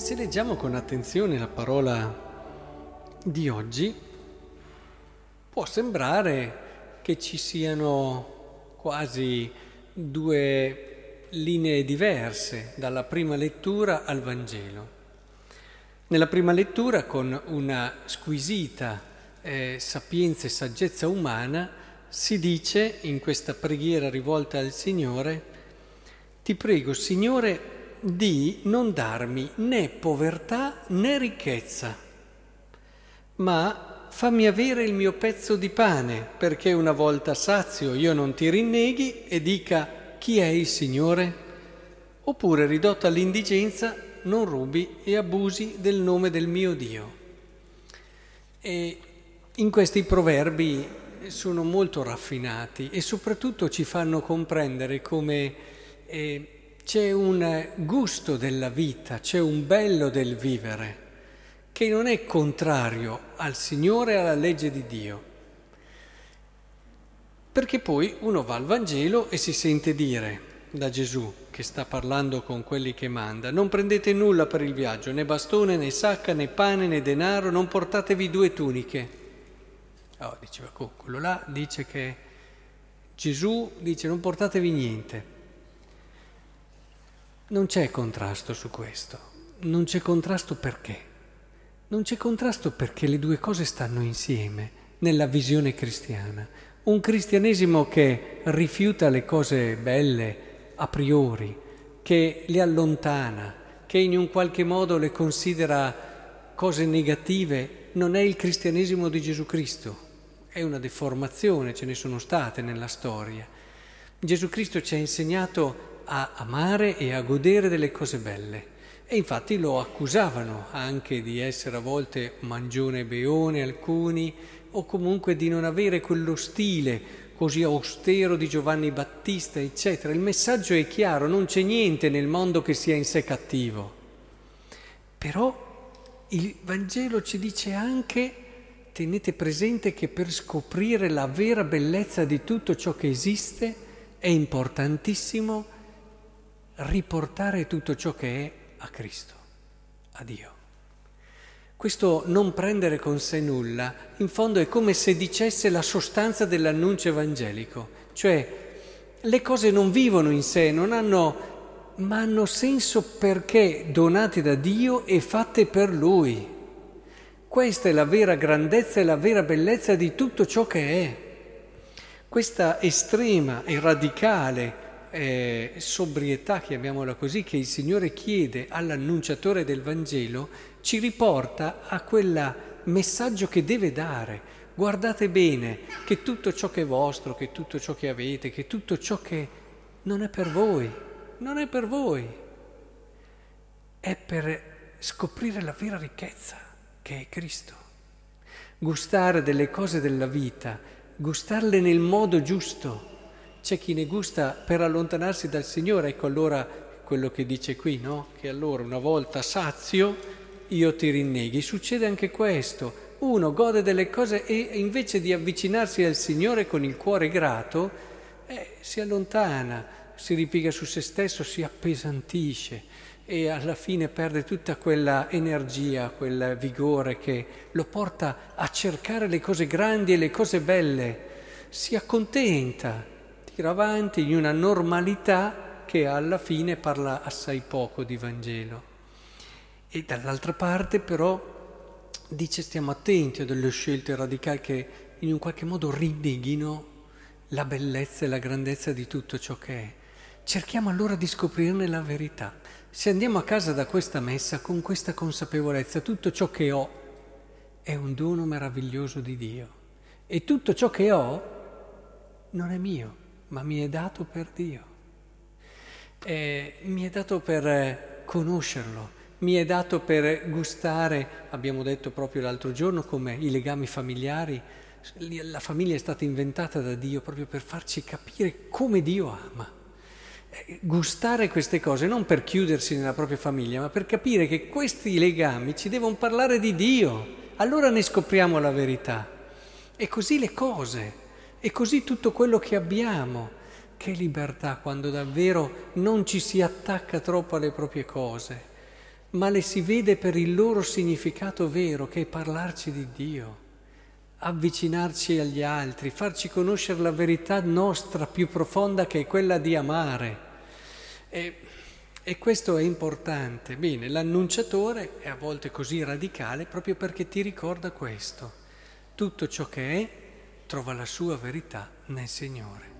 Se leggiamo con attenzione la parola di oggi, può sembrare che ci siano quasi due linee diverse dalla prima lettura al Vangelo. Nella prima lettura, con una squisita sapienza e saggezza umana, si dice in questa preghiera rivolta al Signore: ti prego, Signore, di non darmi né povertà né ricchezza, ma fammi avere il mio pezzo di pane, perché una volta sazio io non ti rinneghi e dica: chi è il Signore? Oppure, ridotto all'indigenza, non rubi e abusi del nome del mio Dio. E in questi proverbi sono molto raffinati e soprattutto ci fanno comprendere come c'è un gusto della vita, c'è un bello del vivere, che non è contrario al Signore e alla legge di Dio. Perché poi uno va al Vangelo e si sente dire da Gesù, che sta parlando con quelli che manda: non prendete nulla per il viaggio, né bastone, né sacca, né pane, né denaro, non portatevi 2 tuniche. Diceva, quello là dice che Gesù dice non portatevi niente. Non c'è contrasto su questo, non c'è contrasto perché? Non c'è contrasto perché le due cose stanno insieme nella visione cristiana. Un cristianesimo che rifiuta le cose belle a priori, che le allontana, che in un qualche modo le considera cose negative, non è il cristianesimo di Gesù Cristo, è una deformazione, ce ne sono state nella storia. Gesù Cristo ci ha insegnato a amare e a godere delle cose belle. E infatti lo accusavano anche di essere a volte mangione e beone alcuni, o comunque di non avere quello stile così austero di Giovanni Battista, eccetera. Il messaggio è chiaro, non c'è niente nel mondo che sia in sé cattivo. Però il Vangelo ci dice anche: tenete presente che per scoprire la vera bellezza di tutto ciò che esiste è importantissimo riportare tutto ciò che è a Cristo, a Dio. Questo non prendere con sé nulla, in fondo è come se dicesse la sostanza dell'annuncio evangelico, cioè le cose non vivono in sé, ma hanno senso perché donate da Dio e fatte per Lui. Questa è la vera grandezza e la vera bellezza di tutto ciò che è. Questa estrema e radicale sobrietà, chiamiamola così, che il Signore chiede all'annunciatore del Vangelo, ci riporta a quel messaggio che deve dare. Guardate bene che tutto ciò che è vostro, che tutto ciò che avete, che tutto ciò che non è per voi, non è per voi, è per scoprire la vera ricchezza che è Cristo. Gustare delle cose della vita, gustarle nel modo giusto. C'è chi ne gusta per allontanarsi dal Signore, ecco allora quello che dice qui, no? Che allora una volta sazio io ti rinneghi. Succede anche questo, uno gode delle cose e invece di avvicinarsi al Signore con il cuore grato, si allontana, si ripiega su se stesso, si appesantisce e alla fine perde tutta quella energia, quel vigore che lo porta a cercare le cose grandi e le cose belle, si accontenta, tira avanti in una normalità che alla fine parla assai poco di Vangelo. E dall'altra parte però dice: stiamo attenti a delle scelte radicali che in un qualche modo rinneghino la bellezza e la grandezza di tutto ciò che è. Cerchiamo allora di scoprirne la verità. Se andiamo a casa da questa messa con questa consapevolezza, tutto ciò che ho è un dono meraviglioso di Dio e tutto ciò che ho non è mio, ma mi è dato per Dio, mi è dato per conoscerlo, mi è dato per gustare. Abbiamo detto proprio l'altro giorno come i legami familiari, la famiglia è stata inventata da Dio proprio per farci capire come Dio ama. Gustare queste cose non per chiudersi nella propria famiglia, ma per capire che questi legami ci devono parlare di Dio, allora ne scopriamo la verità. E così le cose. E così tutto quello che abbiamo. Che libertà quando davvero non ci si attacca troppo alle proprie cose, ma le si vede per il loro significato vero, che è parlarci di Dio, avvicinarci agli altri, farci conoscere la verità nostra più profonda, che è quella di amare. E questo è importante. Bene, l'annunciatore è a volte così radicale proprio perché ti ricorda questo. Tutto ciò che è trova la sua verità nel Signore.